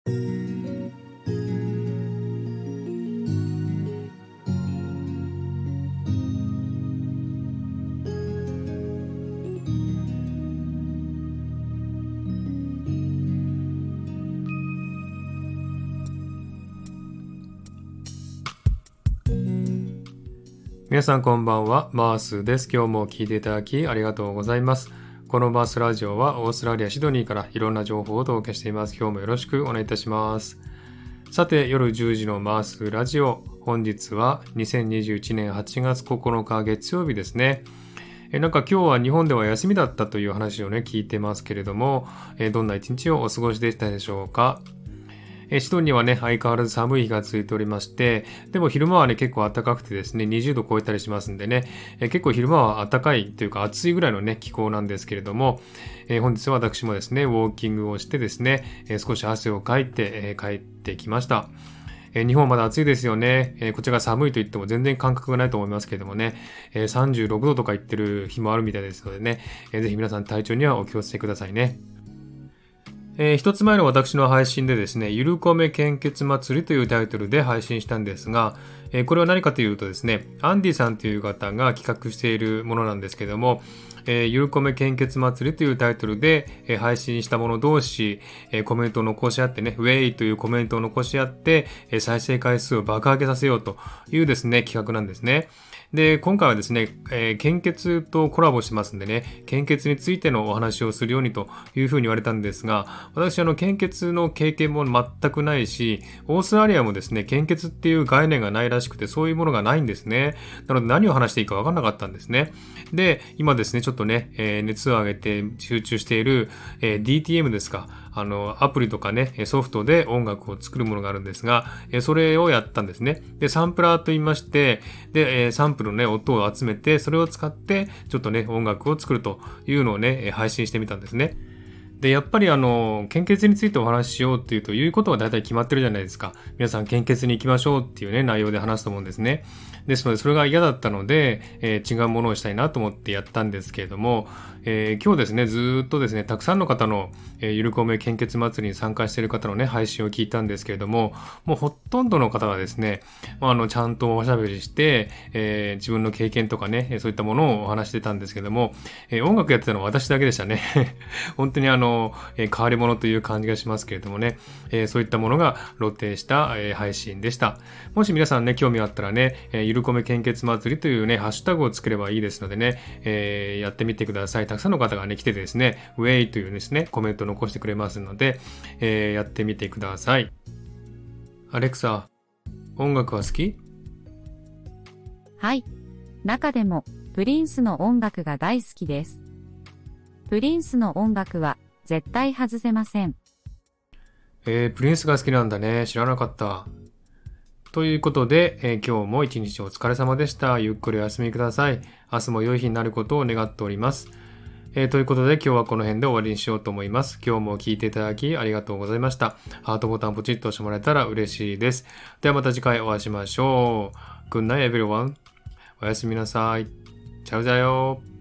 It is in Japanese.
皆さんこんばんは、マースです。今日も聞いていただきありがとうございます。このマースラジオはオーストラリア・シドニーからいろんな情報をお届けしています。今日もよろしくお願いいたします。さて、夜10時のマースラジオ。本日は2021年8月9日月曜日ですね。なんか今日は日本では休みだったという話をね、聞いてますけれども、どんな一日をお過ごしでしたでしょうか。シドニーはね、相変わらず寒い日が続いておりまして、でも昼間はね、結構暖かくてですね、20度超えたりしますんでね、結構昼間は暖かいというか暑いぐらいのね、気候なんですけれども、本日は私もですね、ウォーキングをしてですね、少し汗をかいて、帰ってきました。日本はまだ暑いですよね。こちらが寒いと言っても全然感覚がないと思いますけれどもね、36度とか言ってる日もあるみたいですのでね、ぜひ皆さん体調にはお気をつけくださいね。一つ前の私の配信でですね、ゆるこめ献血祭りというタイトルで配信したんですが、これは何かというとですね、アンディさんという方が企画しているものなんですけども、ゆるこめ献血祭りというタイトルで、配信した者同士、コメントを残し合ってね、ウェイというコメントを残し合って、再生回数を爆上げさせようというですね、企画なんですね。で、今回はですね、献血とコラボしてますんでね、献血についてのお話をするようにというふうに言われたんですが、私献血の経験も全くないし、オーストラリアもですね、献血っていう概念がないらしくて、そういうものがないんですね。なので何を話していいか分からなかったんですね。で、今ですね、ちょっとね、熱を上げて集中している、DTM ですか。アプリとかね、ソフトで音楽を作るものがあるんですが、それをやったんですね。で、サンプラーと言いまして、で、サンプルのね、音を集めて、それを使って、ちょっとね、音楽を作るというのをね、配信してみたんですね。で、やっぱり献血についてお話ししようっていうことは大体決まってるじゃないですか。皆さん献血に行きましょうっていうね、内容で話すと思うんですね。ですので、それが嫌だったので、違うものをしたいなと思ってやったんですけれども、今日ですね、ずっとですね、たくさんの方の、ゆるこめ献血祭りに参加している方のね、配信を聞いたんですけれども、もうほとんどの方がですね、ちゃんとおしゃべりして、自分の経験とかね、そういったものをお話してたんですけども、音楽やってたのは私だけでしたね。本当に変わり者という感じがしますけれどもね、そういったものが露呈した、配信でした。もし皆さんね、興味あったらね、ゆるこめ献血祭りというね、ハッシュタグを作ればいいですのでね、やってみてください。たくさんの方がね、来てですね、ウェイというですね、コメントを残してくれますので、やってみてください。アレクサ、音楽は好き？ はい。中でも、プリンスの音楽が大好きです。プリンスの音楽は絶対外せません。 プリンスが好きなんだね。知らなかった。ということで、今日も一日お疲れ様でした。ゆっくりお休みください。明日も良い日になることを願っております。ということで今日はこの辺で終わりにしようと思います。今日も聞いていただきありがとうございました。ハートボタンポチッと押してもらえたら嬉しいです。ではまた次回お会いしましょう。Good night everyone. おやすみなさい。チャウチャよ。